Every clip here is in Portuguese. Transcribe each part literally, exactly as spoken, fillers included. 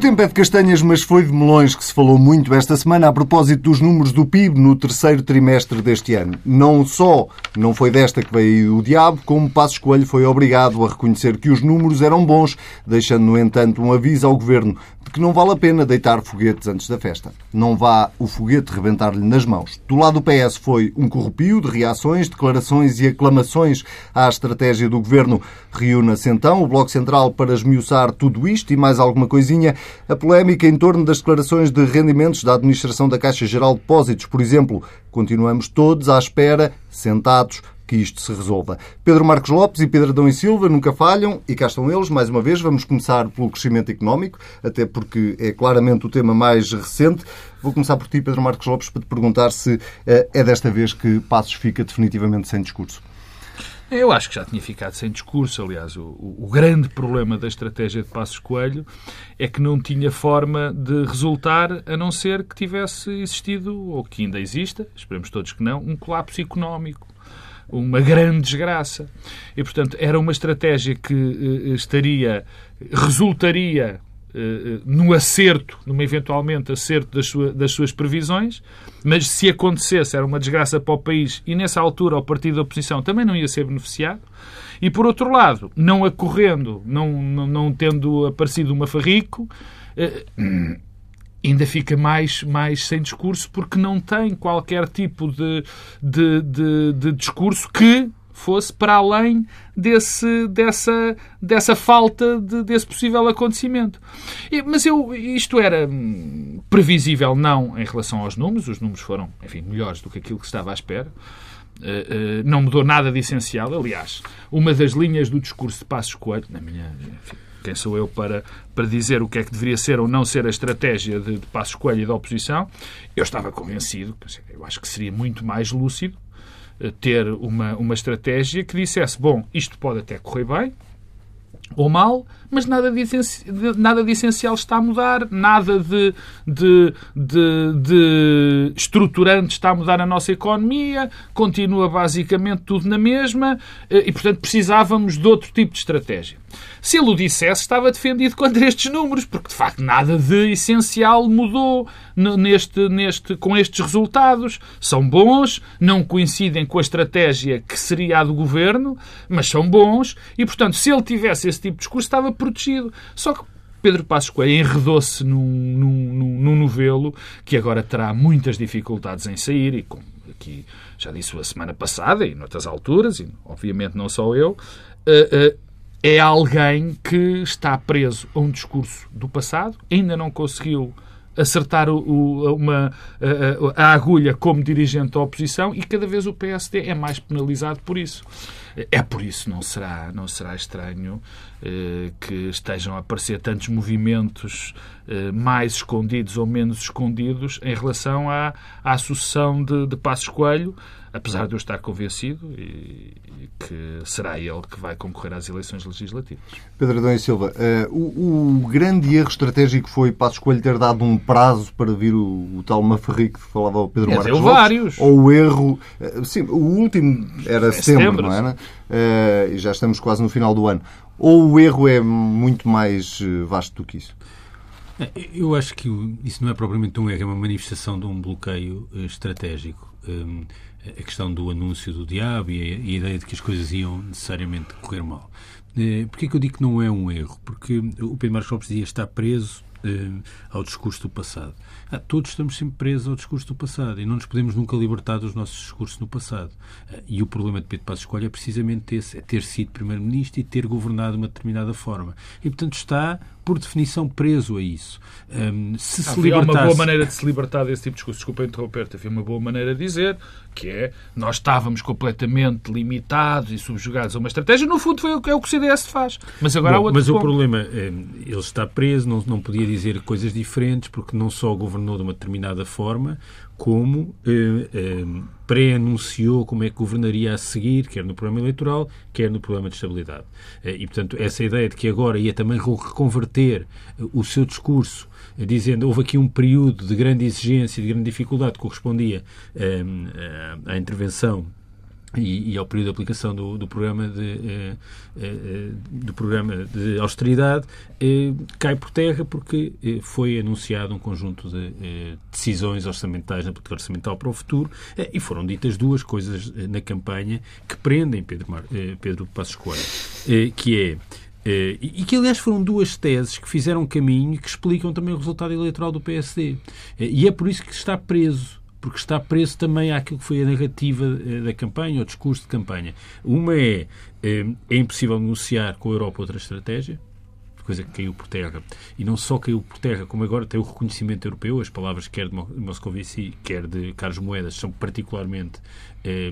tempo é de castanhas, mas foi de melões que se falou muito esta semana a propósito dos números do P I B no terceiro trimestre deste ano. Não só não foi desta que veio o diabo, como Passos Coelho foi obrigado a reconhecer que os números eram bons, deixando, no entanto, um aviso ao Governo de que não vale a pena deitar foguetes antes da festa. Não vá o foguete rebentar-lhe nas mãos. Do lado do P S foi um corrupio de reações, declarações e aclamações à estratégia do Governo. Reúna-se então o Bloco Central para esmiuçar tudo isto e mais alguma coisinha. A polémica em torno das declarações de rendimentos da Administração da Caixa Geral de Depósitos, por exemplo. Continuamos todos à espera, sentados, que isto se resolva. Pedro Marcos Lopes e Pedro Adão e Silva nunca falham e cá estão eles, mais uma vez. Vamos começar pelo crescimento económico, até porque é claramente o tema mais recente. Vou começar por ti, Pedro Marcos Lopes, para te perguntar se é desta vez que Passos fica definitivamente sem discurso. Eu acho que já tinha ficado sem discurso. Aliás, o, o grande problema da estratégia de Passos Coelho é que não tinha forma de resultar a não ser que tivesse existido, ou que ainda exista, esperemos todos que não, um colapso económico, uma grande desgraça. E, portanto, era uma estratégia que uh, estaria, resultaria uh, no acerto, num eventualmente acerto das, sua, das suas previsões, mas se acontecesse era uma desgraça para o país e, nessa altura, o partido da oposição também não ia ser beneficiado. E, por outro lado, não ocorrendo, não, não, não tendo aparecido uma Mafarrico, uh, ainda fica mais, mais sem discurso porque não tem qualquer tipo de, de, de, de discurso que fosse para além desse, dessa, dessa falta de, desse possível acontecimento. E, mas eu, isto era previsível não em relação aos números. Os números foram, enfim, melhores do que aquilo que estava à espera. Uh, uh, não mudou nada de essencial. Aliás, uma das linhas do discurso de Passos Coelho, na minha... Enfim, quem sou eu para, para dizer o que é que deveria ser ou não ser a estratégia de, de Passos Coelho e da oposição? Eu estava convencido, eu acho que seria muito mais lúcido ter uma, uma estratégia que dissesse, bom, isto pode até correr bem ou mal, mas nada de, de, nada de essencial está a mudar, nada de, de, de, de estruturante está a mudar a nossa economia, continua basicamente tudo na mesma e, portanto, precisávamos de outro tipo de estratégia. Se ele o dissesse, estava defendido contra estes números, porque, de facto, nada de essencial mudou neste, neste, com estes resultados. São bons, não coincidem com a estratégia que seria a do Governo, mas são bons e, portanto, se ele tivesse esse tipo de discurso, estava protegido. Só que Pedro Passos Coelho enredou-se num, num, num novelo que agora terá muitas dificuldades em sair e, como aqui já disse a semana passada e noutras alturas, e obviamente não só eu, uh, uh, é alguém que está preso a um discurso do passado, ainda não conseguiu acertar o, o, uma, a, a agulha como dirigente da oposição e cada vez o P S D é mais penalizado por isso. É por isso não será, não será estranho eh, que estejam a aparecer tantos movimentos eh, mais escondidos ou menos escondidos em relação à, à sucessão de, de Passos Coelho, apesar de eu estar convencido e, e que será ele que vai concorrer às eleições legislativas. Pedro Adão e Silva, uh, o, o grande erro estratégico foi Passos Coelho ter dado um prazo para vir o, o tal Mafarrico que falava o Pedro é, Marcos deu Lopes, vários. Ou o erro... Uh, sim, o último era é setembro, setembro, não era? Uh, e já estamos quase no final do ano. Ou o erro é muito mais vasto do que isso? Eu acho que isso não é propriamente um erro, é uma manifestação de um bloqueio estratégico. Um, a questão do anúncio do diabo e a, e a ideia de que as coisas iam necessariamente correr mal. Uh, Porquê é que eu digo que não é um erro? Porque o Pedro Marcos Lopes dizia estar preso uh, ao discurso do passado. Ah, todos estamos sempre presos ao discurso do passado e não nos podemos nunca libertar dos nossos discursos no passado. Uh, e o problema de Pedro Passos Coelho é precisamente esse, é ter sido Primeiro-Ministro e ter governado de uma determinada forma. E, portanto, está, por definição, preso a isso. Um, se ah, se libertasse... Há uma boa maneira de se libertar desse tipo de discurso. Desculpa interromper-te. Havia uma boa maneira de dizer que é nós estávamos completamente limitados e subjugados a uma estratégia. No fundo, foi o que, é o, que o C D S faz. Mas agora Bom, há outro Mas ponto. o problema, é, ele está preso, não, não podia dizer coisas diferentes, porque não só governou de uma determinada forma, como eh, eh, pré-anunciou como é que governaria a seguir, quer no programa eleitoral, quer no programa de estabilidade. Eh, e, portanto, essa ideia de que agora ia também reconverter eh, o seu discurso, eh, dizendo houve aqui um período de grande exigência e de grande dificuldade que correspondia eh, à intervenção E, e ao período de aplicação do, do, programa de, eh, eh, do programa de austeridade, eh, cai por terra porque eh, foi anunciado um conjunto de eh, decisões orçamentais na política orçamental para o futuro eh, e foram ditas duas coisas eh, na campanha que prendem Pedro, Mar, eh, Pedro Passos Coelho, eh, que é Uh, e, e que, aliás, foram duas teses que fizeram caminho e que explicam também o resultado eleitoral do P S D. Uh, e é por isso que está preso, porque está preso também àquilo que foi a narrativa uh, da campanha, o discurso de campanha. Uma é, uh, é impossível negociar com a Europa outra estratégia, coisa que caiu por terra. E não só caiu por terra, como agora tem o reconhecimento europeu. As palavras quer de Moscovici, quer de Carlos Moedas, são particularmente eh,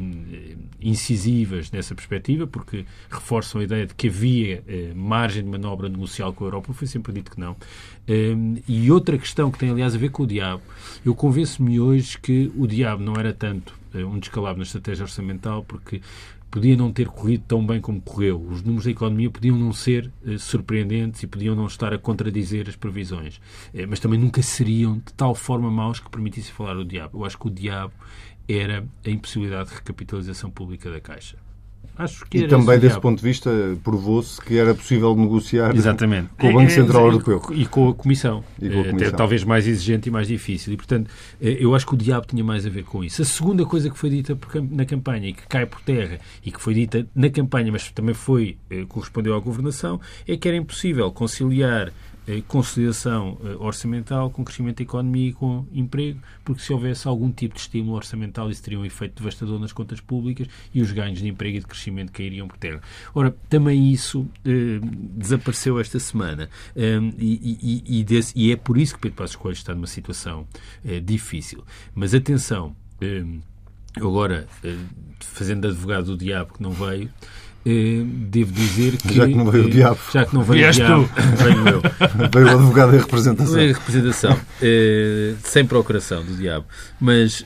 incisivas nessa perspectiva, porque reforçam a ideia de que havia eh, margem de manobra negocial com a Europa. Foi sempre dito que não. Eh, e outra questão que tem, aliás, a ver com o diabo. Eu convenço-me hoje que o diabo não era tanto eh, um descalabro na estratégia orçamental, porque podia não ter corrido tão bem como correu. Os números da economia podiam não ser eh, surpreendentes e podiam não estar a contradizer as previsões. Eh, mas também nunca seriam de tal forma maus que permitissem falar do diabo. Eu acho que o diabo era a impossibilidade de recapitalização pública da Caixa. Acho que e também, desse ponto de vista, provou-se que era possível negociar Exatamente. com o Banco Central é, Europeu. E com a Comissão. E com a Comissão. Até, talvez mais exigente e mais difícil. E, portanto, eu acho que o diabo tinha mais a ver com isso. A segunda coisa que foi dita na campanha e que cai por terra e que foi dita na campanha, mas também foi, correspondeu à governação, é que era impossível conciliar consolidação orçamental com crescimento da economia e com emprego, porque se houvesse algum tipo de estímulo orçamental isso teria um efeito devastador nas contas públicas e os ganhos de emprego e de crescimento cairiam por terra. Ora, também isso eh, desapareceu esta semana um, e, e, e, desse, e é por isso que Pedro Passos Coelho está numa situação eh, difícil. Mas atenção, eh, agora eh, fazendo de advogado do diabo que não veio, Uh, devo dizer que... Já que não veio uh, o diabo. Já que não veio o diabo, venho eu. Veio o advogado em representação. Veio em representação. Uh, sem procuração do diabo. Mas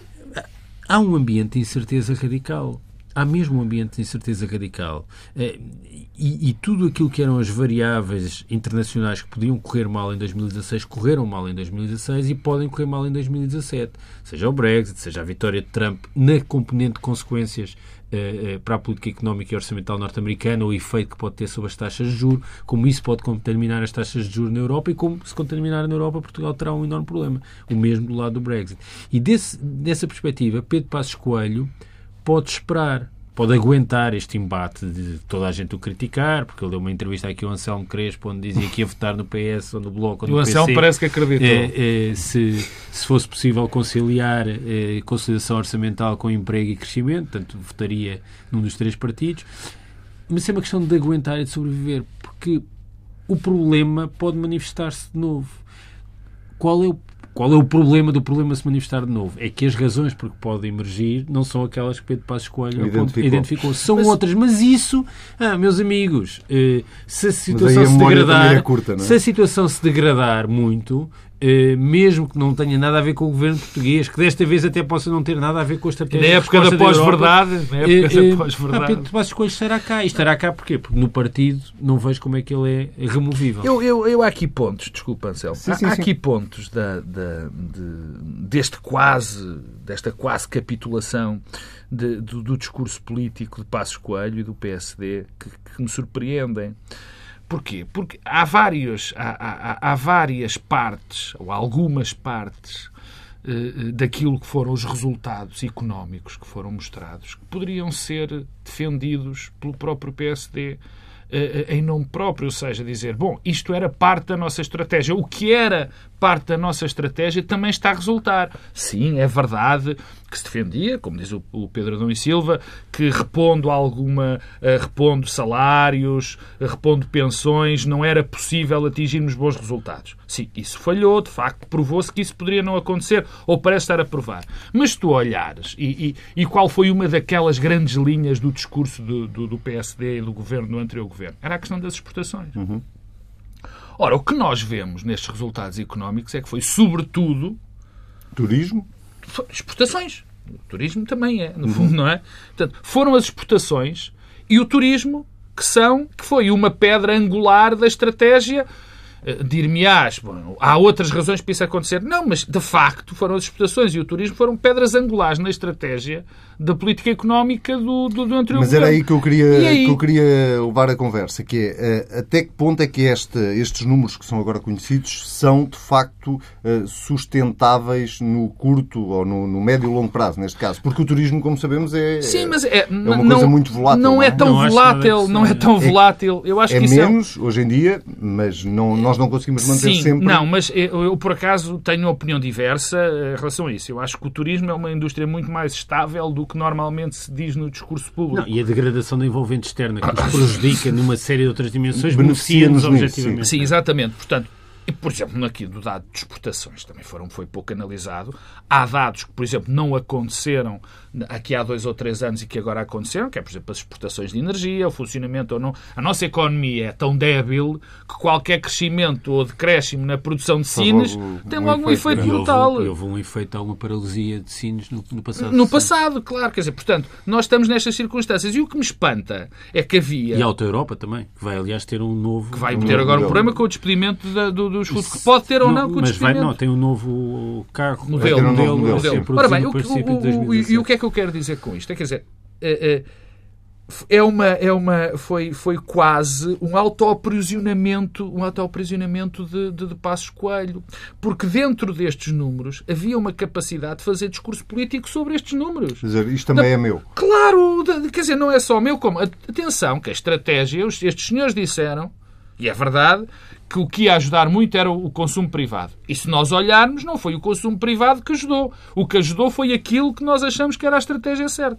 há um ambiente de incerteza radical. Há mesmo um ambiente de incerteza radical. Uh, e, e tudo aquilo que eram as variáveis internacionais que podiam correr mal em dois mil e dezasseis, correram mal em dois mil e dezasseis e podem correr mal em dois mil e dezassete. Seja o Brexit, seja a vitória de Trump na componente de consequências para a política económica e orçamental norte-americana, o efeito que pode ter sobre as taxas de juros, como isso pode contaminar as taxas de juros na Europa e como, se contaminar na Europa, Portugal terá um enorme problema. O mesmo do lado do Brexit. E desse, dessa perspectiva, Pedro Passos Coelho pode esperar, pode aguentar este embate de toda a gente o criticar, porque ele deu uma entrevista aqui ao Anselmo Crespo, onde dizia que ia votar no P S ou no Bloco ou no o P C. O Anselmo parece que acreditou. É, é, se, se fosse possível conciliar é, conciliação orçamental com emprego e crescimento, portanto, votaria num dos três partidos. Mas é uma questão de aguentar e de sobreviver, porque o problema pode manifestar-se de novo. Qual é o Qual é o problema do problema se manifestar de novo? É que as razões por que pode emergir não são aquelas que Pedro Passos Coelho identificou. identificou. São mas, outras. Mas isso, ah, meus amigos, eh, se a situação a se degradar, é curta, não é? Se a situação se degradar muito, eh, mesmo que não tenha nada a ver com o governo português, que desta vez até possa não ter nada a ver com a estratégia na época da pós-verdade, na época eh, da pós-verdade. Ah, Pedro Passos Coelho estará cá. E estará cá porquê? Porque no partido não vejo como é que ele é removível. Eu, eu, eu há aqui pontos, desculpa, Anselmo, sim, há, sim, há sim. aqui pontos da, da, de, deste quase, desta quase capitulação de, do, do discurso político de Passos Coelho e do P S D que, que me surpreendem. Porquê? Porque há, vários, há, há, há várias partes, ou algumas partes, eh, daquilo que foram os resultados económicos que foram mostrados, que poderiam ser defendidos pelo próprio P S D eh, em nome próprio, ou seja, dizer, bom, isto era parte da nossa estratégia. O que era parte da nossa estratégia também está a resultar. Sim, é verdade que se defendia, como diz o, o Pedro Adão e Silva, que repondo alguma, uh, repondo salários, uh, repondo pensões, não era possível atingirmos bons resultados. Sim, isso falhou, de facto, provou-se que isso poderia não acontecer, ou parece estar a provar. Mas se tu olhares, e, e, e qual foi uma daquelas grandes linhas do discurso do, do, do P S D e do governo, do anterior governo? Era a questão das exportações. Uhum. Ora, o que nós vemos nestes resultados económicos é que foi, sobretudo... Turismo? Exportações. O turismo também é, no fundo, não é? Portanto, foram as exportações e o turismo que são, que foi uma pedra angular da estratégia dir-me-ás, bom, há outras razões para isso acontecer. Não, mas de facto foram as exportações e o turismo foram pedras angulares na estratégia da política económica do, do, do anterior Mas governo. era aí que eu queria, aí... que eu queria levar a conversa, que é até que ponto é que este, estes números que são agora conhecidos são de facto sustentáveis no curto ou no, no médio e longo prazo, neste caso. Porque o turismo, como sabemos, é, Sim, mas é, é uma não, coisa muito volátil. Não é não é? tão não volátil, não é tão é, volátil. Eu acho é que isso menos é... hoje em dia, mas não, nós não conseguimos manter Sim, sempre... Não, mas eu, eu, por acaso, tenho uma opinião diversa em relação a isso. Eu acho que o turismo é uma indústria muito mais estável do que normalmente se diz no discurso público. Não, e a degradação da envolvente externa, que nos prejudica numa série de outras dimensões, beneficia-nos beneficia-nos nisso, objetivamente. Sim, exatamente. Portanto, e, por exemplo, aqui do dado de exportações também foram, foi pouco analisado. Há dados que, por exemplo, não aconteceram aqui há dois ou três anos e que agora aconteceram, que é, por exemplo, as exportações de energia, o funcionamento ou não. A nossa economia é tão débil que qualquer crescimento ou decréscimo na produção de sines tem logo um efeito brutal. Houve, houve um efeito, alguma paralisia de sines no, no passado. No passado, claro. Quer dizer, portanto, nós estamos nestas circunstâncias. E o que me espanta é que havia... E a Auto Europa também, que vai, aliás, ter um novo... Que vai um ter novo agora um modelo. problema com o despedimento da, do, dos fundos, que pode ter ou não, não com o mas despedimento. vai, não, tem um novo carro, Modelo, um um novo modelo, modelo, a ser sim. produzido Ora bem, no o, princípio o, de dois mil e o, e dezassete. o que é que eu quero dizer com isto? É, quer dizer, é, é uma, é uma, foi, foi quase um autoaprisionamento, um autoaprisionamento de, de, de Passos Coelho. Porque dentro destes números havia uma capacidade de fazer discurso político sobre estes números. Quer dizer, isto também Da, é meu. Claro! De, quer dizer, não é só meu, como... Atenção, que a estratégia, estes senhores disseram, e é verdade, que o que ia ajudar muito era o consumo privado. E se nós olharmos, não foi o consumo privado que ajudou. O que ajudou foi aquilo que nós achamos que era a estratégia certa.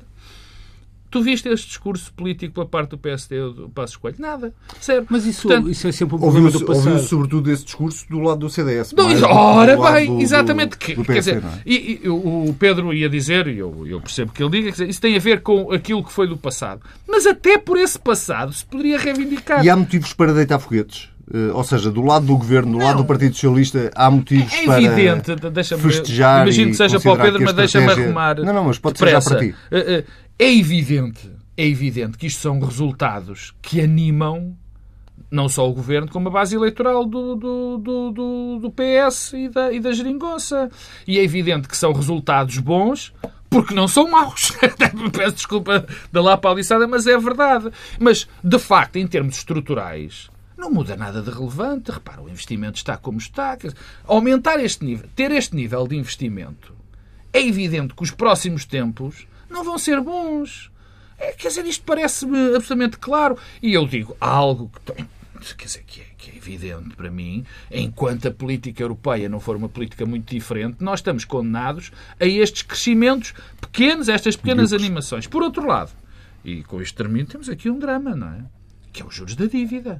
Tu viste este discurso político pela parte do P S D ou do Passos Coelho? Nada. Certo. Mas isso, Portanto, isso é sempre um problema Ouviu-se do passado. ouviu sobretudo esse discurso do lado do C D S. Não, mais do que ora do lado bem, do- exatamente. do- que, do quer P S D, dizer, não é? e, e o Pedro ia dizer, e eu, eu percebo que ele diga, quer dizer, isso tem a ver com aquilo que foi do passado. Mas até por esse passado se poderia reivindicar. E há motivos para deitar foguetes? Eh, Ou seja, do lado do Governo, do lado do Partido Socialista, há motivos É para evidente, deixa-me festejar imagino e que seja para o considerar Pedro, que a mas deixa-me estratégia- arrumar. Não, não, mas pode ser já depressa. para ti. Eh, eh, É evidente, é evidente que isto são resultados que animam não só o Governo, como a base eleitoral do, do, do, do, do P S e da, e da Geringonça. E é evidente que são resultados bons, porque não são maus. Peço desculpa da lá paliçada, mas é verdade. Mas, de facto, em termos estruturais, não muda nada de relevante. Repara, o investimento está como está. Quer dizer, aumentar este nível, ter este nível de investimento, é evidente que os próximos tempos não vão ser bons. É, quer dizer, isto parece-me absolutamente claro. E eu digo algo que, tem, quer dizer, que, é, que é evidente para mim, enquanto a política europeia não for uma política muito diferente, nós estamos condenados a estes crescimentos pequenos, a estas pequenas animações. Por outro lado, e com isto termino, temos aqui um drama, não é? Que é os juros da dívida.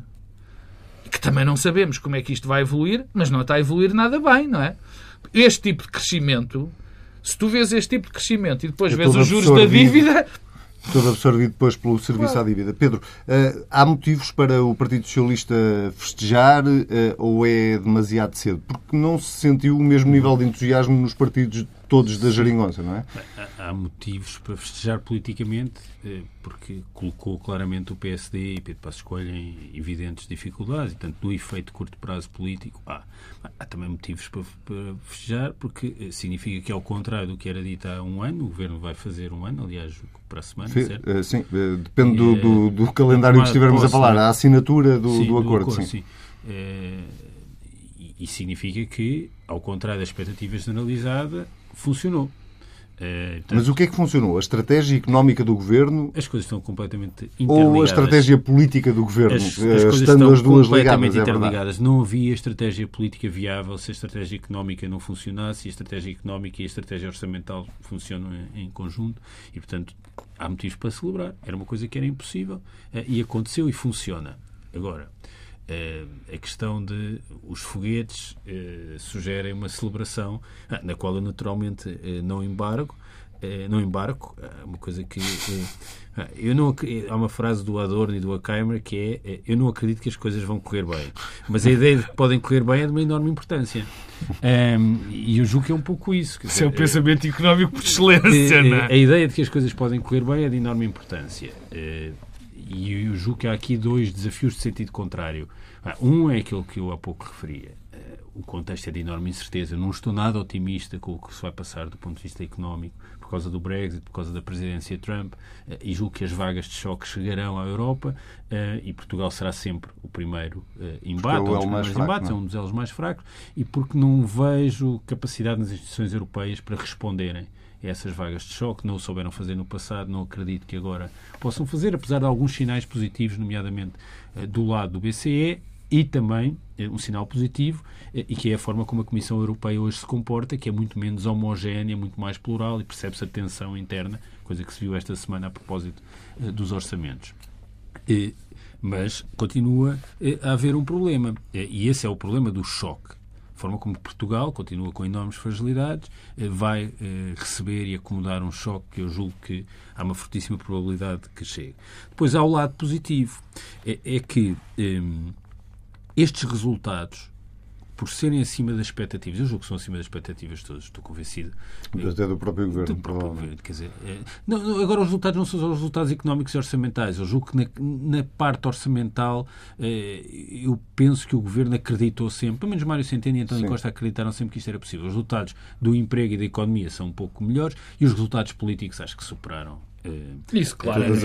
Que também não sabemos como é que isto vai evoluir, mas não está a evoluir nada bem, não é? Este tipo de crescimento, se tu vês este tipo de crescimento e depois É vês todo os juros da absorvido. dívida... Todo absorvido depois pelo serviço Claro. à dívida. Pedro, eh, há motivos para o Partido Socialista festejar eh, ou é demasiado cedo? Porque não se sentiu o mesmo nível de entusiasmo nos partidos todos da Geringonça, não é? Há motivos para festejar politicamente, porque colocou claramente o P S D e Pedro Passos Coelho em evidentes dificuldades, e, portanto, no efeito de curto prazo político, há, há também motivos para, para festejar, porque significa que, ao contrário do que era dito há um ano, o Governo vai fazer um ano, aliás, para a semana, Fe- certo? eh, sim, eh, depende do, E, do, do calendário que estivermos a falar, a assinatura do, Sim, do acordo. sim. sim. Eh, e, e significa que, ao contrário da expectativa generalizada, funcionou. Eh, portanto, Mas o que é que funcionou? A estratégia económica do Governo as coisas estão completamente interligadas. ou a estratégia política do Governo? As, as Eh, coisas estando estão as duas completamente ligadas, é verdade. interligadas. Não havia estratégia política viável se a estratégia económica não funcionasse, e a estratégia económica e a estratégia orçamental funcionam em, em conjunto, e, portanto, há motivos para celebrar. Era uma coisa que era impossível, eh, e aconteceu e funciona. Agora, eh, a questão de os foguetes eh, sugerem uma celebração, ah, na qual eu naturalmente eh, não embargo, eh, não embarco, é uma coisa que eh, eu não, há uma frase do Adorno e do Horkheimer que é eh, eu não acredito que as coisas vão correr bem, mas a ideia de que podem correr bem é de uma enorme importância, um, e eu julgo que é um pouco isso. Quer Isso é o dizer, pensamento económico por excelência, eh, não a é? ideia de que as coisas podem correr bem é de enorme importância. Eh, E eu julgo que há aqui dois desafios de sentido contrário. Um é aquilo que eu há pouco referia. O contexto é de enorme incerteza. Eu não estou nada otimista com o que se vai passar do ponto de vista económico, por causa do Brexit, por causa da presidência Trump, e julgo que as vagas de choque chegarão à Europa e Portugal será sempre o primeiro embate, é um dos primeiros fraco, embates, é um dos elos mais fracos, e porque não vejo capacidade nas instituições europeias para responderem a essas vagas de choque. Não o souberam fazer no passado, não acredito que agora possam fazer, apesar de alguns sinais positivos, nomeadamente do lado do B C E, e também um sinal positivo, e que é a forma como a Comissão Europeia hoje se comporta, que é muito menos homogénea, muito mais plural, e percebe-se a tensão interna, coisa que se viu esta semana a propósito dos orçamentos. Mas continua a haver um problema, e esse é o problema do choque. A forma como Portugal continua com enormes fragilidades, vai receber e acomodar um choque que eu julgo que há uma fortíssima probabilidade de que chegue. Depois há o lado positivo, é, é que um, estes resultados, por serem acima das expectativas, eu julgo que são acima das expectativas todas, estou convencido. Até do próprio governo. Do próprio governo, quer dizer, é, não, agora os resultados não são só os resultados económicos e orçamentais. Eu julgo que na, na parte orçamental é, eu penso que o governo acreditou sempre, pelo menos Mário Centeno e António Sim. Costa acreditaram sempre que isto era possível. Os resultados do emprego e da economia são um pouco melhores e os resultados políticos acho que superaram. Isso, claramente.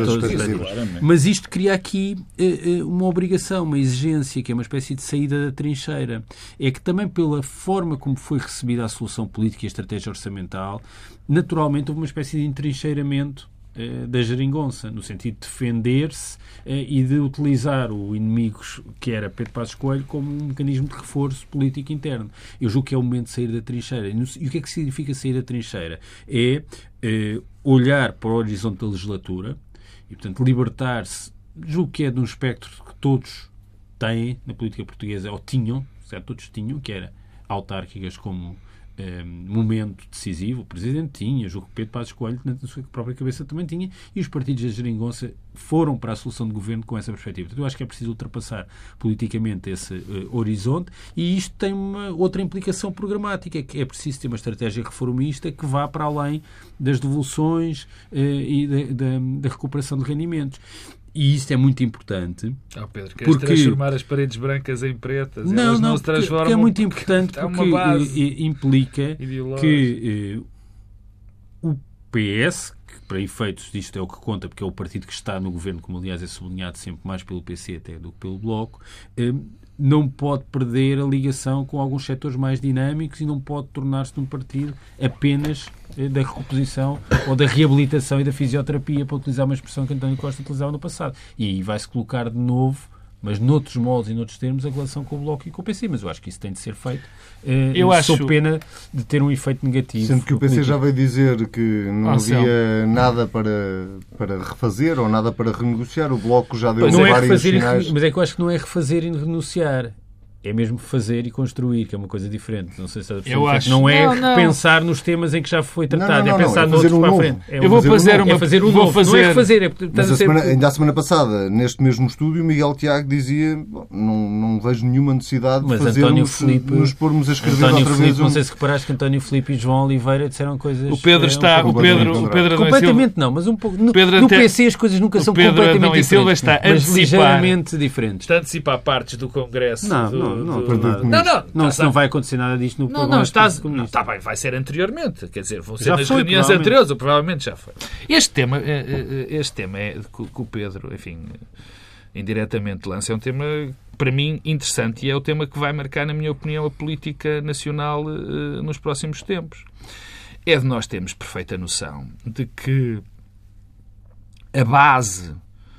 Mas isto cria aqui uh, uma obrigação, uma exigência, que é uma espécie de saída da trincheira. É que também pela forma como foi recebida a solução política e a estratégia orçamental, naturalmente houve uma espécie de entrincheiramento uh, da geringonça, no sentido de defender-se uh, e de utilizar o inimigo que era Pedro Passos Coelho como um mecanismo de reforço político interno. Eu julgo que é o momento de sair da trincheira. E o que é que significa sair da trincheira? É uh, olhar para o horizonte da legislatura e, portanto, libertar-se, julgo que é de um espectro que todos têm na política portuguesa, ou tinham, certo? Todos tinham, que era autárquicas como eh, momento decisivo. O Presidente tinha, julgo que Pedro Passos Coelho, na sua própria cabeça, também tinha, e os partidos da geringonça foram para a solução de governo com essa perspectiva. Portanto, eu acho que é preciso ultrapassar politicamente esse uh, horizonte, e isto tem uma outra implicação programática, que é preciso ter uma estratégia reformista que vá para além das devoluções uh, e da, da, da recuperação de rendimentos. E isto é muito importante. Oh, Pedro, queres porque... transformar as paredes brancas em pretas? Não, Elas não, não se transformam porque é muito importante porque, porque base implica que uh, o P S, que para efeitos disto é o que conta, porque é o partido que está no governo, como aliás é sublinhado sempre mais pelo P C até do que pelo Bloco, uh, não pode perder a ligação com alguns setores mais dinâmicos e não pode tornar-se num partido apenas da recomposição ou da reabilitação e da fisioterapia, para utilizar uma expressão que António Costa utilizava no passado. E aí vai-se colocar de novo, mas noutros moldes e noutros termos, a relação com o Bloco e com o P C. Mas eu acho que isso tem de ser feito. Eu acho... Sou pena de ter um efeito negativo. Sendo que o P C já veio dizer que não havia nada para, para refazer ou nada para renegociar. O Bloco já deu não vários é refazer sinais. E, mas é que eu acho que não é refazer e renunciar. É mesmo fazer e construir, que é uma coisa diferente. Não sei se eu acho... Não é não, não. pensar nos temas em que já foi tratado, não, não, não, é pensar não, é noutros um para a novo. frente. É eu vou fazer, um uma... é fazer um vou novo, fazer... não é refazer. É... Mas a semana, ainda a semana passada, neste mesmo estúdio, o Miguel Tiago dizia bom, não, não vejo nenhuma necessidade de fazermos, Filipe, nos pormos a escrever António outra Filipe, vez. Um... Não sei se reparaste que António Filipe e João Oliveira disseram coisas... O Pedro está... É, um o Pedro, o Pedro completamente não, mas um pouco... No, no P C as coisas nunca são Pedro completamente diferentes, está mas ligeiramente diferentes. Está a antecipar partes do Congresso. Não, do, não, não. Do, do, do, não, não. Não, não, não vai acontecer nada disto no Não, não, estás, não, está bem, vai ser anteriormente. Quer dizer, vão ser já nas foi, reuniões anteriores, ou provavelmente já foi. Este tema, este tema é que o Pedro, enfim, indiretamente lança, é um tema, para mim, interessante, e é o tema que vai marcar, na minha opinião, a política nacional uh, nos próximos tempos. É de nós termos perfeita noção de que a base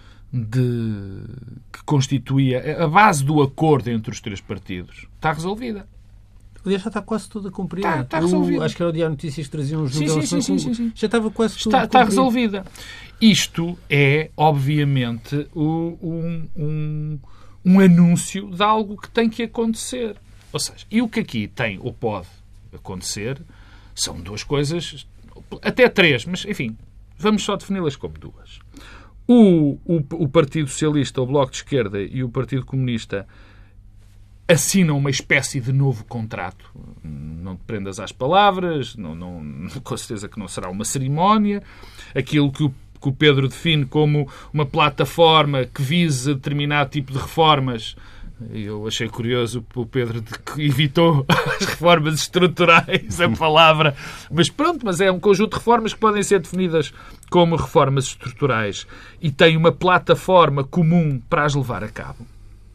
de que constituía a base do acordo entre os três partidos está resolvida. Aliás, já está quase tudo a cumprir. Está, está resolvida. Acho que era o Diário Notícias que traziam os números. Sim, sim, sim, sim. Já estava quase tudo está, a está resolvida. Isto é, obviamente, um, um, um anúncio de algo que tem que acontecer. Ou seja, e o que aqui tem ou pode acontecer são duas coisas, até três, mas, enfim, vamos só defini-las como duas. O, o, o Partido Socialista, o Bloco de Esquerda e o Partido Comunista assinam uma espécie de novo contrato. Não te prendas às palavras, não, não, com certeza que não será uma cerimónia. Aquilo que o, que o Pedro define como uma plataforma que visa determinado tipo de reformas Eu achei curioso o Pedro de que evitou as reformas estruturais, a palavra. Mas pronto, mas é um conjunto de reformas que podem ser definidas como reformas estruturais e tem uma plataforma comum para as levar a cabo.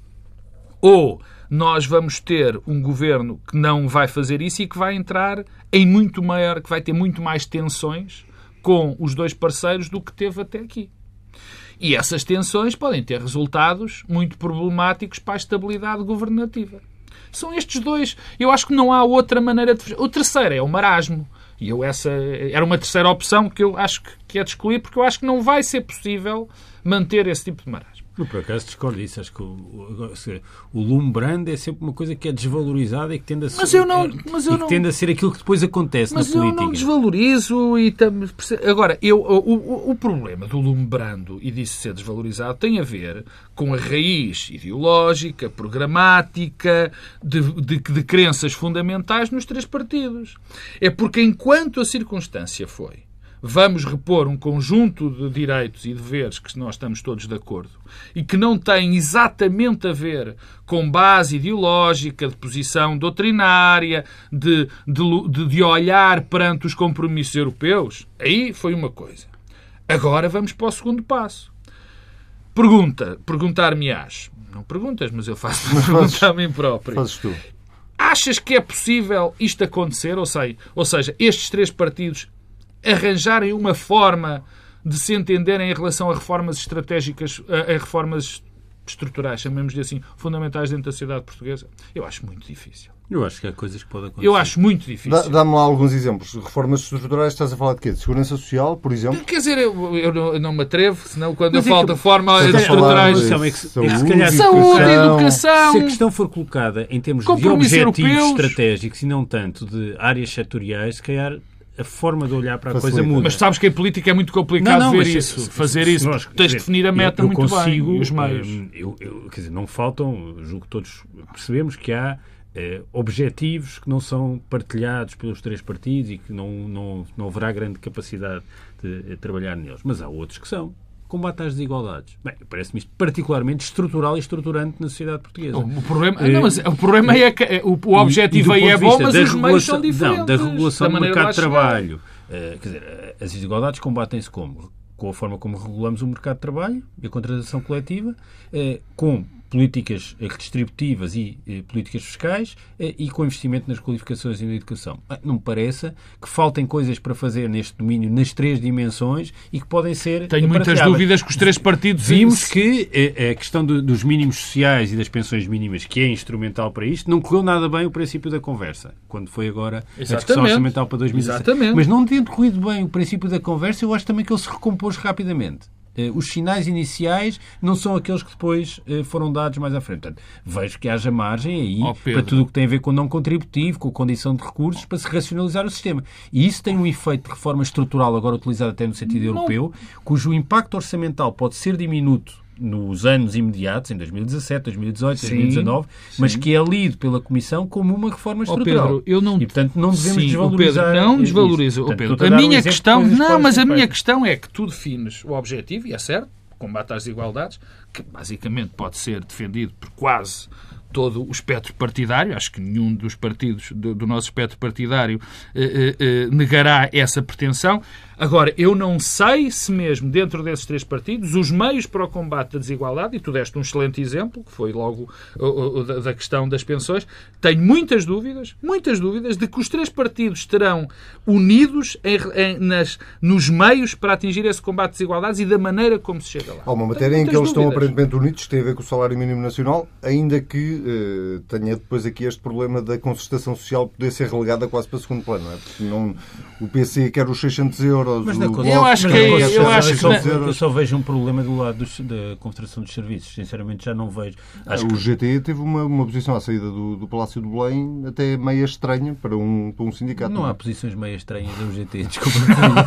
Ou nós vamos ter um governo que não vai fazer isso e que vai entrar em muito maior, que vai ter muito mais tensões com os dois parceiros do que teve até aqui. E essas tensões podem ter resultados muito problemáticos para a estabilidade governativa. São estes dois. Eu acho que não há outra maneira de... O terceiro é o marasmo. E eu essa era uma terceira opção que eu acho que é de excluir, porque eu acho que não vai ser possível manter esse tipo de marasmo. Eu, por acaso, discordo disso. Acho que o, o, o lume brando é sempre uma coisa que é desvalorizada e que tende a ser, mas eu não, mas eu e que não, tende a ser aquilo que depois acontece mas na política. Mas eu não desvalorizo e tam... Agora, eu, o, o, o problema do lume brando e disso ser desvalorizado tem a ver com a raiz ideológica, programática, de, de, de crenças fundamentais nos três partidos. É porque enquanto a circunstância foi vamos repor um conjunto de direitos e deveres que nós estamos todos de acordo e que não tem exatamente a ver com base ideológica, de posição doutrinária, de, de, de olhar perante os compromissos europeus, aí foi uma coisa. Agora vamos para o segundo passo. Pergunta, perguntar-me-ás. Não perguntas, mas eu faço uma pergunta a mim próprio. Fazes tu. Achas que é possível isto acontecer? Ou seja, ou seja, estes três partidos arranjarem uma forma de se entenderem em relação a reformas estratégicas, a, a reformas estruturais, chamemos-lhe assim, fundamentais dentro da sociedade portuguesa? Eu acho muito difícil. Eu acho que há coisas que podem acontecer. Eu acho muito difícil. Dá, dá-me lá alguns exemplos. Reformas estruturais, estás a falar de quê? De segurança social, por exemplo? Quer dizer, eu, eu, não, eu não me atrevo, senão quando Mas eu é falo que- de reformas Mas é- estruturais... Não, é que se- é que se saúde, calhar- Saúde, educação. educação... Se a questão for colocada em termos de Compromissos objetivos europeus. estratégicos e não tanto de áreas setoriais, se calhar a forma de olhar para a Facilita. coisa muda. Mas sabes que em política é muito complicado Não, não, ver mas se- isso, se- fazer se isso. nós- porque tens de definir a meta eu, eu muito consigo, bem, e os meios. hum, eu, eu, quer dizer, não faltam, julgo que todos percebemos que há eh, objetivos que não são partilhados pelos três partidos e que não, não, não haverá grande capacidade de, eh, trabalhar neles. Mas há outros que são. Combate às desigualdades. Bem, parece-me isto particularmente estrutural e estruturante na sociedade portuguesa. O problema, Eh, não, mas o problema é que é- o, o objetivo E- e do aí é ponto de bom, vista mas da os meios são regulação- diferentes. Não, da regulação da do maneira mercado de lá chegar. trabalho. Uh, quer dizer, as desigualdades combatem-se como? Com a forma como regulamos o mercado de trabalho e a contratação coletiva, uh, com políticas redistributivas e uh, políticas fiscais uh, e com investimento nas qualificações e na educação. Uh, não me parece que faltem coisas para fazer neste domínio nas três dimensões e que podem ser Tenho muitas partilháveis. dúvidas que os três partidos... Vimos que a, a questão do, dos mínimos sociais e das pensões mínimas, que é instrumental para isto, não correu nada bem o princípio da conversa, quando foi agora a discussão Exatamente. orçamental para dois mil e dezessete. Exatamente. Mas não tendo corrido bem o princípio da conversa, eu acho também que ele se recompôs rapidamente. Eh, Os sinais iniciais não são aqueles que depois eh, foram dados mais à frente. Portanto, vejo que haja margem aí Oh, Pedro. para tudo o que tem a ver com não contributivo, com condição de recursos, para se racionalizar o sistema. E isso tem um efeito de reforma estrutural, agora utilizado até no sentido Não. europeu, cujo impacto orçamental pode ser diminuto nos anos imediatos, em dois mil e dezassete, dois mil e dezoito, Sim, dois mil e dezanove, mas sim. que é lido pela Comissão como uma reforma Ó estrutural. Pedro, eu não... E, portanto, não devemos Sim, desvalorizar o Pedro, não isso. desvalorizo. Ó Portanto, Pedro, estou-te a dar um minha exemplo de questão... coisas que Não, podem mas ser a minha feitas. questão é que tu defines o objetivo, e é certo, combate às desigualdades, que basicamente pode ser defendido por quase todo o espectro partidário. Acho que nenhum dos partidos do, do nosso espectro partidário eh, eh, negará essa pretensão. Agora, eu não sei se mesmo dentro desses três partidos os meios para o combate da desigualdade, e tu deste um excelente exemplo, que foi logo o, o, da, da questão das pensões, tenho muitas dúvidas, muitas dúvidas de que os três partidos terão unidos em, em, nas, nos meios para atingir esse combate de desigualdades e da maneira como se chega lá. Há uma Tenho matéria em que muitas eles estão dúvidas. aparentemente unidos, que tem a ver com o salário mínimo nacional, ainda que eh, tenha depois aqui este problema da concertação social poder ser relegada quase para segundo plano. Não é? Porque não, o P C quer os seiscentos euros, Mas na o conta- Bloco Eu acho quer que- os eu seiscentos acho que- eu, só, euros. eu só vejo um problema do lado dos, da Confederação dos Serviços. Sinceramente, já não vejo. Acho O que G T teve uma, uma posição à saída do, do Palácio de Belém até meia estranha para um, para um sindicato. não há posições meio estranhas do G T. Desculpa.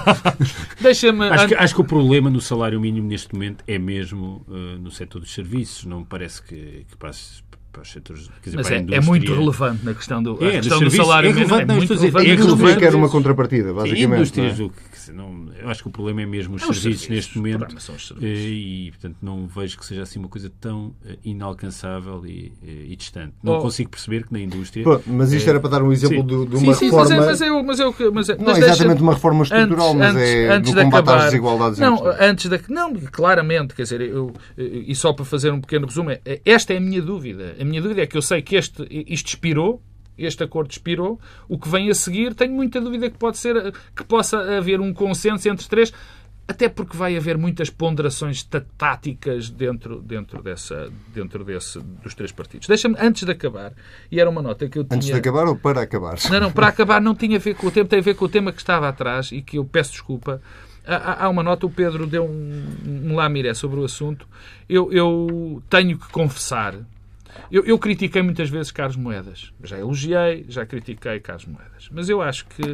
Deixa-me... acho, que, acho que o problema no salário mínimo neste momento é mesmo uh, no setor dos serviços. Não me parece que, que passe para os setores... Quer dizer, mas para a é, indústria. é muito relevante na questão do, é, a questão do, do salário mínimo. É, é muito dizer, relevante. A indústria quer uma vezes, contrapartida, basicamente. A indústria, não é? julgo que, não, eu acho que o problema é mesmo os, é os serviços, serviços neste momento serviços. e, portanto, não vejo que seja assim uma coisa tão inalcançável e, e distante. Não oh. consigo perceber que na indústria... Pô, mas isto é, era para dar um exemplo de, de uma sim, reforma... Sim, mas é, mas é, mas é, mas é, não mas é exatamente deixa, uma reforma estrutural, antes, mas antes, é antes do de combate acabar, às desigualdades. Não, antes da... Não, claramente, quer dizer, eu, e só para fazer um pequeno resumo, é, esta é a minha dúvida. A minha dúvida é que eu sei que este, isto expirou, este acordo expirou, o que vem a seguir, tenho muita dúvida que, pode ser, que possa haver um consenso entre três, até porque vai haver muitas ponderações táticas dentro, dentro, dessa, dentro desse, dos três partidos. Deixa-me, antes de acabar, e era uma nota que eu tinha... Antes de acabar ou para acabar? Não, não, para acabar não tinha a ver com o tema, tem a ver com o tema que estava atrás e que eu peço desculpa. Há, há uma nota, o Pedro deu um, um lamiré sobre o assunto. Eu, eu tenho que confessar, eu, eu critiquei muitas vezes Carlos Moedas. Já elogiei, já critiquei Carlos Moedas. Mas eu acho que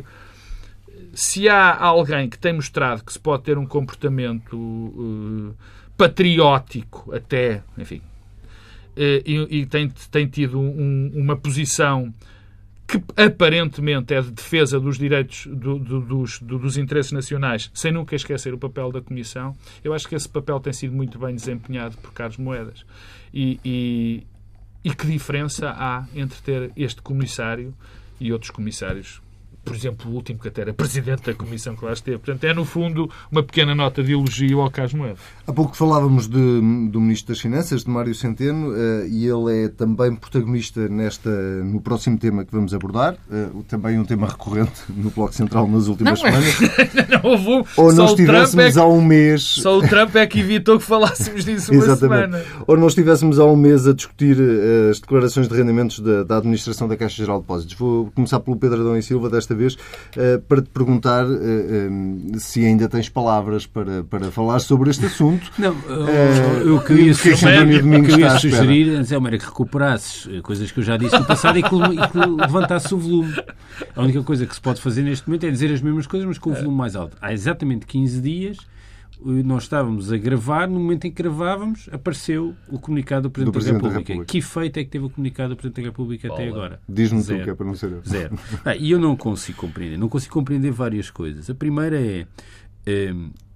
se há alguém que tem mostrado que se pode ter um comportamento uh, patriótico até, enfim, uh, e, e tem, tem tido um, uma posição que aparentemente é de defesa dos direitos do, do, dos, do, dos interesses nacionais, sem nunca esquecer o papel da Comissão, eu acho que esse papel tem sido muito bem desempenhado por Carlos Moedas. E, e, e que diferença há entre ter este comissário e outros comissários? Por exemplo, o último que até era presidente da Comissão que lá esteve. Portanto, é, no fundo, uma pequena nota de elogio ao Carlos Moedas. Há pouco falávamos de, do Ministro das Finanças, de Mário Centeno, uh, e ele é também protagonista nesta, no próximo tema que vamos abordar, uh, também um tema recorrente no Bloco Central nas últimas não, semanas. É... não, houve um... Ou só nós estivéssemos é que... há um mês... Só o Trump é que evitou que falássemos disso uma Exatamente. semana. Ou nós estivéssemos há um mês a discutir uh, as declarações de rendimentos da, da Administração da Caixa Geral de Depósitos. Vou começar pelo Pedro Adão e Silva, desta vez, uh, para te perguntar uh, um, se ainda tens palavras para, para falar sobre este assunto. Não, uh, eu queria, que é que António Domingos queria está à sugerir, Anselmo, era que recuperasses coisas que eu já disse no passado e que, e que levantasses o volume. A única coisa que se pode fazer neste momento é dizer as mesmas coisas, mas com o volume mais alto. Há exatamente quinze dias nós estávamos a gravar, no momento em que gravávamos, apareceu o comunicado do Presidente, do Presidente da, República. da República. Que efeito é que teve o comunicado do Presidente da República Bola. até agora? Diz-me tu, que é para não ser eu. Zero. Ah, e eu não consigo compreender. Não consigo compreender várias coisas. A primeira é... é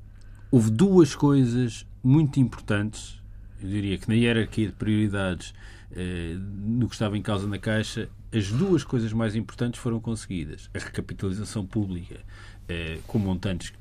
houve duas coisas muito importantes, eu diria que na hierarquia de prioridades eh, no que estava em causa na Caixa, as duas coisas mais importantes foram conseguidas. A recapitalização pública eh, com montantes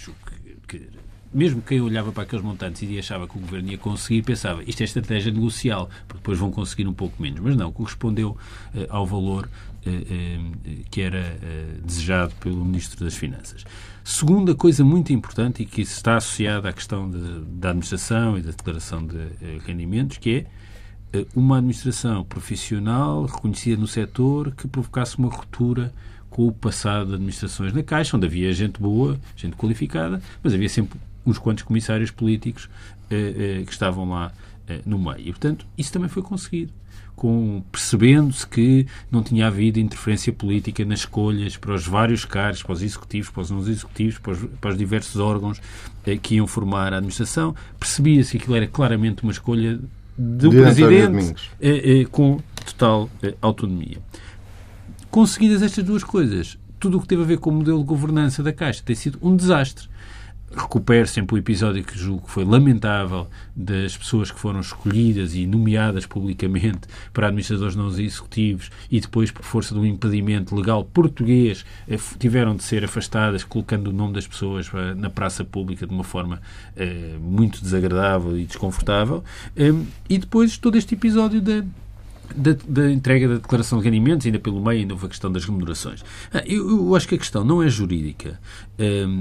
que, que mesmo quem olhava para aqueles montantes e achava que o Governo ia conseguir, pensava, isto é estratégia negocial, porque depois vão conseguir um pouco menos. Mas não, correspondeu eh, ao valor eh, eh, que era eh, desejado pelo Ministro das Finanças. Segunda coisa muito importante, e que está associada à questão de, da administração e da declaração de eh, rendimentos, que é eh, uma administração profissional, reconhecida no setor, que provocasse uma ruptura com o passado de administrações na Caixa, onde havia gente boa, gente qualificada, mas havia sempre uns quantos comissários políticos eh, eh, que estavam lá eh, no meio. E, portanto, isso também foi conseguido, com, percebendo-se que não tinha havido interferência política nas escolhas para os vários cargos, para os executivos, para os não executivos, para os, para os diversos órgãos eh, que iam formar a administração. Percebia-se que aquilo era claramente uma escolha do de Presidente eh, eh, com total eh, autonomia. Conseguidas estas duas coisas, tudo o que teve a ver com o modelo de governança da Caixa tem sido um desastre. Recupero sempre o episódio que julgo que foi lamentável das pessoas que foram escolhidas e nomeadas publicamente para administradores não executivos e depois, por força de um impedimento legal português, tiveram de ser afastadas, colocando o nome das pessoas na praça pública de uma forma eh, muito desagradável e desconfortável. Eh, e depois todo este episódio da Da, da entrega da declaração de rendimentos, ainda pelo meio, ainda houve a questão das remunerações. Ah, eu, eu acho que a questão não é jurídica. Um,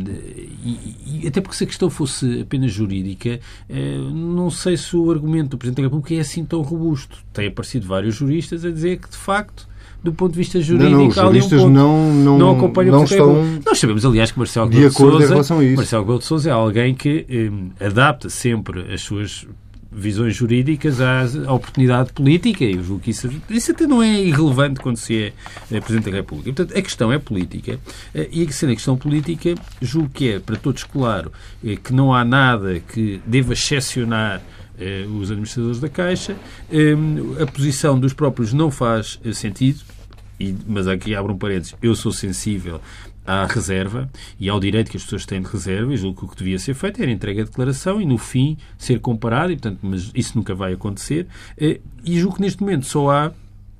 e, e até porque se a questão fosse apenas jurídica, um, não sei se o argumento do Presidente da República é assim tão robusto. Tem aparecido vários juristas a dizer que, de facto, do ponto de vista jurídico, não, não, os juristas um não, não, não acompanham não o estão Nós sabemos, aliás, que Marcelo de Rebelo de acordo em Sousa, relação a isso. Marcelo Rebelo de Sousa é alguém que um, adapta sempre as suas visões jurídicas à, à oportunidade política, e eu julgo que isso, isso até não é irrelevante quando se é, é Presidente da República. Portanto, a questão é política, e sendo a questão política, julgo que é para todos claro que não há nada que deva excepcionar eh, os administradores da Caixa. Eh, a posição dos próprios não faz eh, sentido, e, mas aqui abro um parênteses, eu sou sensível à reserva e ao direito que as pessoas têm de reserva, e julgo que o que devia ser feito era entrega de declaração e, no fim, ser comparado, e, portanto, mas isso nunca vai acontecer. E julgo que, neste momento, só há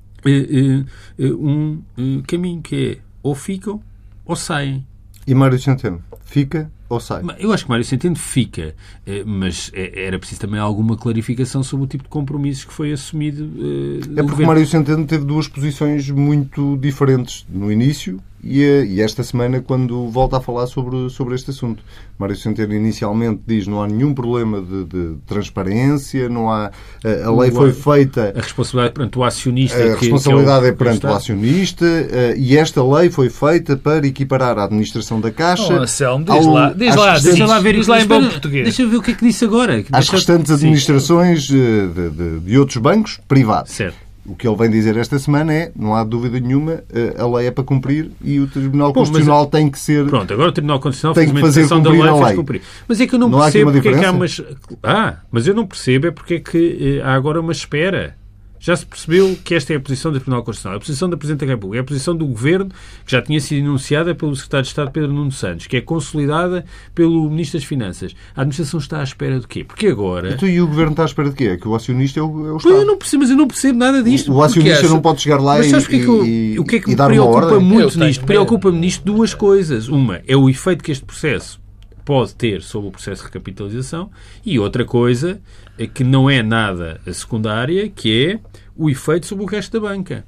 um caminho, que é ou ficam ou saem. E Mário Centeno, fica ou sai? Eu acho que Mário Centeno fica, mas era preciso também alguma clarificação sobre o tipo de compromissos que foi assumido. É porque Mário Centeno teve duas posições muito diferentes no início e, e esta semana, quando volta a falar sobre, sobre este assunto. Mário Centeno inicialmente diz que não há nenhum problema de, de transparência, não há, a, a lei foi feita... A responsabilidade perante o acionista... A que, responsabilidade que é, o, é perante o acionista, e esta lei foi feita para equiparar a administração da Caixa... Oh, Anselmo, diz ao, lá, diz lá, deixa lá ver isso lá em bom português. Deixa eu ver o que é que disse agora. Às deixa... restantes administrações de, de, de outros bancos privados. Certo. O que ele vem dizer esta semana é, não há dúvida nenhuma, a lei é para cumprir e o Tribunal Bom, Constitucional mas, tem que ser... Pronto, agora o Tribunal Constitucional tem que fazer cumprir da lei, a lei. Fez cumprir. Mas é que eu não, não percebo porque é que há umas... Ah, mas eu não percebo é porque é que há agora uma espera. Já se percebeu que esta é a posição do Tribunal Constitucional. A posição da Presidente da República é a posição do Governo, que já tinha sido enunciada pelo Secretário de Estado Pedro Nuno Santos, que é consolidada pelo Ministro das Finanças. A administração está à espera de quê? Porque agora... Então, e o Governo está à espera de quê? É que o acionista é o, é o Estado. Eu não percebo, mas eu não percebo nada disto. O, o acionista porque, não pode chegar lá mas e, sabes que é que eu, e, o que é que e me dar uma preocupa ordem? muito nisto? Preocupa-me nisto duas coisas. Uma é o efeito que este processo pode ter sobre o processo de recapitalização, e outra coisa é que não é nada a secundária, que é o efeito sobre o resto da banca.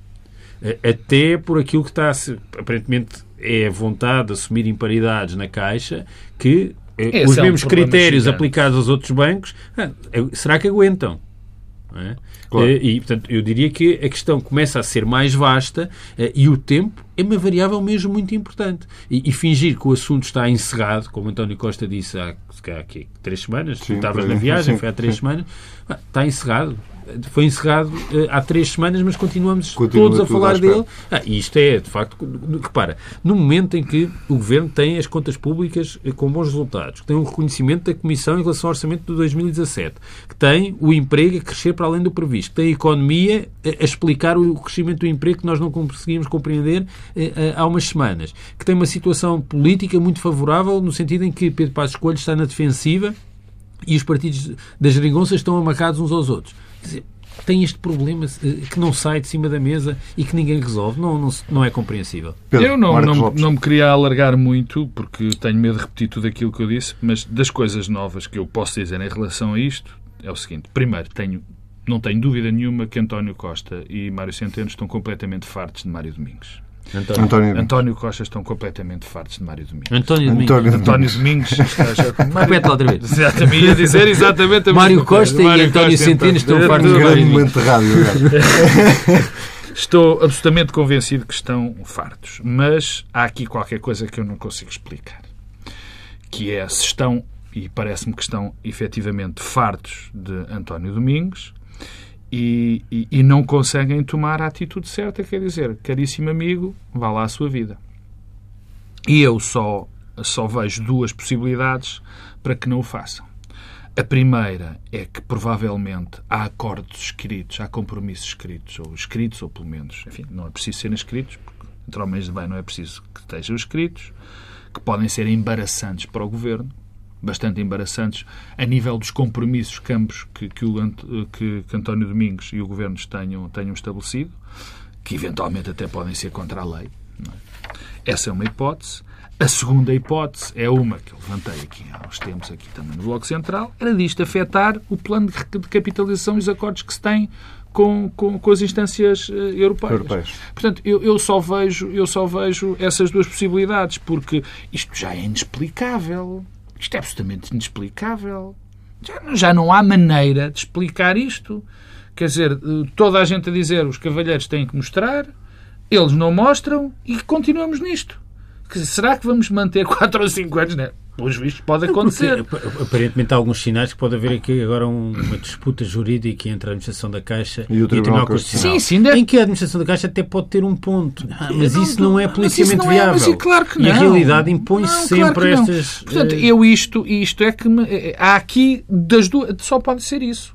Até por aquilo que está a ser, aparentemente é a vontade de assumir imparidades na Caixa, que Esse os é mesmos um critérios gigante. Aplicados aos outros bancos, será que aguentam? Não é? Claro. E, portanto, eu diria que a questão começa a ser mais vasta e o tempo é uma variável mesmo muito importante. E, e fingir que o assunto está encerrado, como António Costa disse há, há aqui, três semanas, sim, estavas na viagem, sim, foi há três sim. semanas, está encerrado. Foi encerrado uh, há três semanas, mas continuamos Continua todos a falar dele. Ah, e isto é, de facto, repara, no momento em que o Governo tem as contas públicas uh, com bons resultados, que tem um reconhecimento da Comissão em relação ao orçamento de dois mil e dezassete, que tem o emprego a crescer para além do previsto, que tem a economia a, a explicar o crescimento do emprego que nós não conseguimos compreender uh, uh, há umas semanas, que tem uma situação política muito favorável, no sentido em que Pedro Passos Coelho está na defensiva e os partidos das geringonças estão amarrados uns aos outros. Quer dizer, tem este problema que não sai de cima da mesa e que ninguém resolve. Não, não, não é compreensível. Pedro, eu não, não, não me queria alargar muito, porque tenho medo de repetir tudo aquilo que eu disse, mas das coisas novas que eu posso dizer em relação a isto é o seguinte. Primeiro, tenho, não tenho dúvida nenhuma que António Costa e Mário Centeno estão completamente fartos de Mário Domingos. António. António. António Costa estão completamente fartos de Mário Domingos. António Domingos. António, António Domingos. Repete lá outra vez. Exatamente, ia dizer exatamente a Mário Costa Mário e António Costa, Centeno então, estão fartos de Mário Domingos. Estou absolutamente convencido que estão fartos. Mas há aqui qualquer coisa que eu não consigo explicar. Que é se estão, e parece-me que estão efetivamente fartos de António Domingos, E, e, e não conseguem tomar a atitude certa, quer dizer, caríssimo amigo, vá lá a sua vida. E eu só, só vejo duas possibilidades para que não o façam. A primeira é que, provavelmente, há acordos escritos, há compromissos escritos, ou escritos, ou pelo menos, enfim, não é preciso serem escritos, porque entre homens de bem não é preciso que estejam escritos, que podem ser embaraçantes para o Governo, bastante embaraçantes a nível dos compromissos que ambos que, que, o, que, que António Domingos e o Governo tenham, tenham estabelecido, que eventualmente até podem ser contra a lei. Não é? Essa é uma hipótese. A segunda hipótese é uma que eu levantei aqui há uns tempos aqui também no Bloco Central, era disto afetar o plano de capitalização e os acordos que se têm com, com, com as instâncias uh, europeias. europeias. Portanto, eu, eu, só vejo, eu só vejo essas duas possibilidades, porque isto já é inexplicável. Isto é absolutamente inexplicável. Já, já não há maneira de explicar isto. Quer dizer, toda a gente a dizer os cavalheiros têm que mostrar, eles não mostram e continuamos nisto. Será que vamos manter quatro ou cinco anos? Não. Pelos vistos pode acontecer. Porque, aparentemente há alguns sinais que pode haver aqui agora um, uma disputa jurídica entre a administração da Caixa e o Tribunal Constitucional. Sim, sim, deve... Em que a administração da Caixa até pode ter um ponto. Ah, mas não, isso não é politicamente não viável. É, mas, claro que não. E a realidade impõe-se sempre claro estas... Portanto, eu isto, isto é que me, há aqui das duas, só pode ser isso.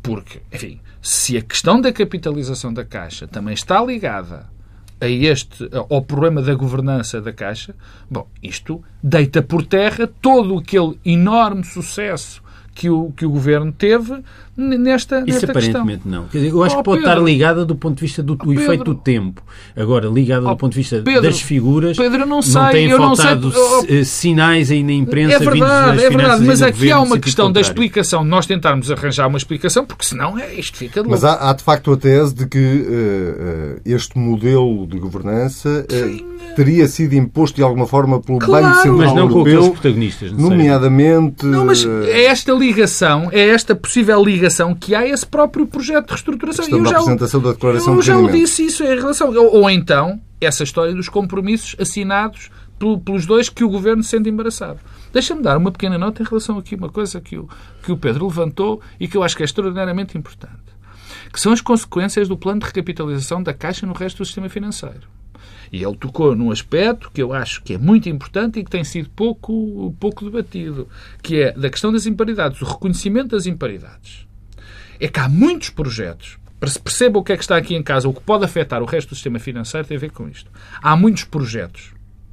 Porque, enfim, se a questão da capitalização da Caixa também está ligada a este, ao problema da governança da Caixa, bom, isto deita por terra todo aquele enorme sucesso que o, que o Governo teve nesta, Isso nesta aparentemente questão. não. Quer dizer, eu acho oh, que pode Pedro, estar ligada do ponto de vista do, do efeito do tempo. Agora, ligada oh, do ponto de vista Pedro, das figuras, Pedro, eu não, sei, não têm eu faltado não sei, oh, sinais aí na imprensa. É verdade, é verdade, mas aqui há uma questão da contrário. explicação, de nós tentarmos arranjar uma explicação, porque senão é, isto fica de louco. Mas há, há de facto a tese de que uh, uh, este modelo de governança uh, teria sido imposto de alguma forma pelo Claro, Banco Central mas não Europeu, com aqueles protagonistas, não sei. nomeadamente... Não, mas é esta ligação, é esta possível ligação que há a esse próprio projeto de reestruturação. A questão da apresentação da declaração eu de já o rendimento. disse isso em relação... Ou, ou então, essa história dos compromissos assinados pelo, pelos dois que o Governo se sente embaraçado. Deixa-me dar uma pequena nota em relação aqui a uma coisa que o, que o Pedro levantou e que eu acho que é extraordinariamente importante, que são as consequências do plano de recapitalização da Caixa no resto do sistema financeiro. E ele tocou num aspecto que eu acho que é muito importante e que tem sido pouco, pouco debatido, que é da questão das imparidades, o reconhecimento das imparidades. É que há muitos projetos, para se perceba o que é que está aqui em casa, o que pode afetar o resto do sistema financeiro tem a ver com isto. Há muitos projetos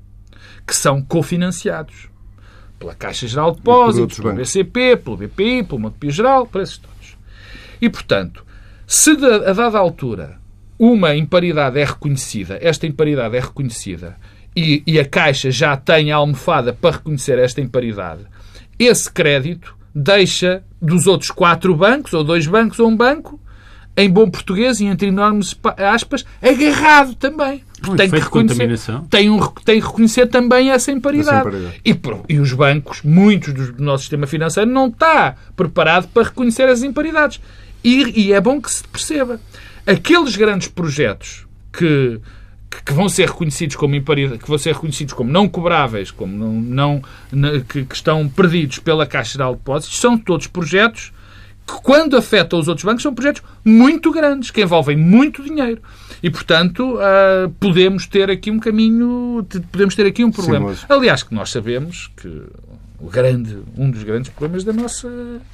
que são cofinanciados pela Caixa Geral de Depósitos, pelo B C P, pelo B P I, pelo Montepio Geral, por esses todos. E, portanto, se a dada altura uma imparidade é reconhecida, esta imparidade é reconhecida e, e a Caixa já tem a almofada para reconhecer esta imparidade, esse crédito deixa dos outros quatro bancos, ou dois bancos, ou um banco, em bom português e entre enormes aspas, agarrado também. Um tem que reconhecer, tem, um, tem que reconhecer também essa imparidade. Essa imparidade. E, e os bancos, muitos do, do nosso sistema financeiro, não está preparado para reconhecer as imparidades. E, e é bom que se perceba. Aqueles grandes projetos que, que, que vão ser reconhecidos como imparidade, que vão ser reconhecidos como não cobráveis, como não, não, não, que, que estão perdidos pela Caixa Geral de Depósitos, são todos projetos que, quando afetam os outros bancos, são projetos muito grandes, que envolvem muito dinheiro. E, portanto, uh, podemos ter aqui um caminho, podemos ter aqui um problema. Sim, mas... Aliás, que nós sabemos que o grande, um dos grandes problemas da nossa...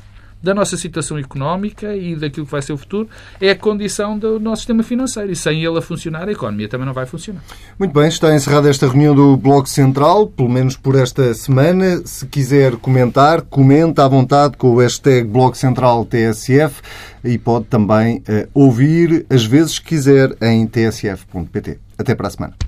da nossa situação económica e daquilo que vai ser o futuro, é a condição do nosso sistema financeiro. E sem ele a funcionar, a economia também não vai funcionar. Muito bem, está encerrada esta reunião do Bloco Central, pelo menos por esta semana. Se quiser comentar, comenta à vontade com o hashtag Bloco Central T S F e pode também uh, ouvir as vezes que quiser em t s f ponto p t. Até para a semana.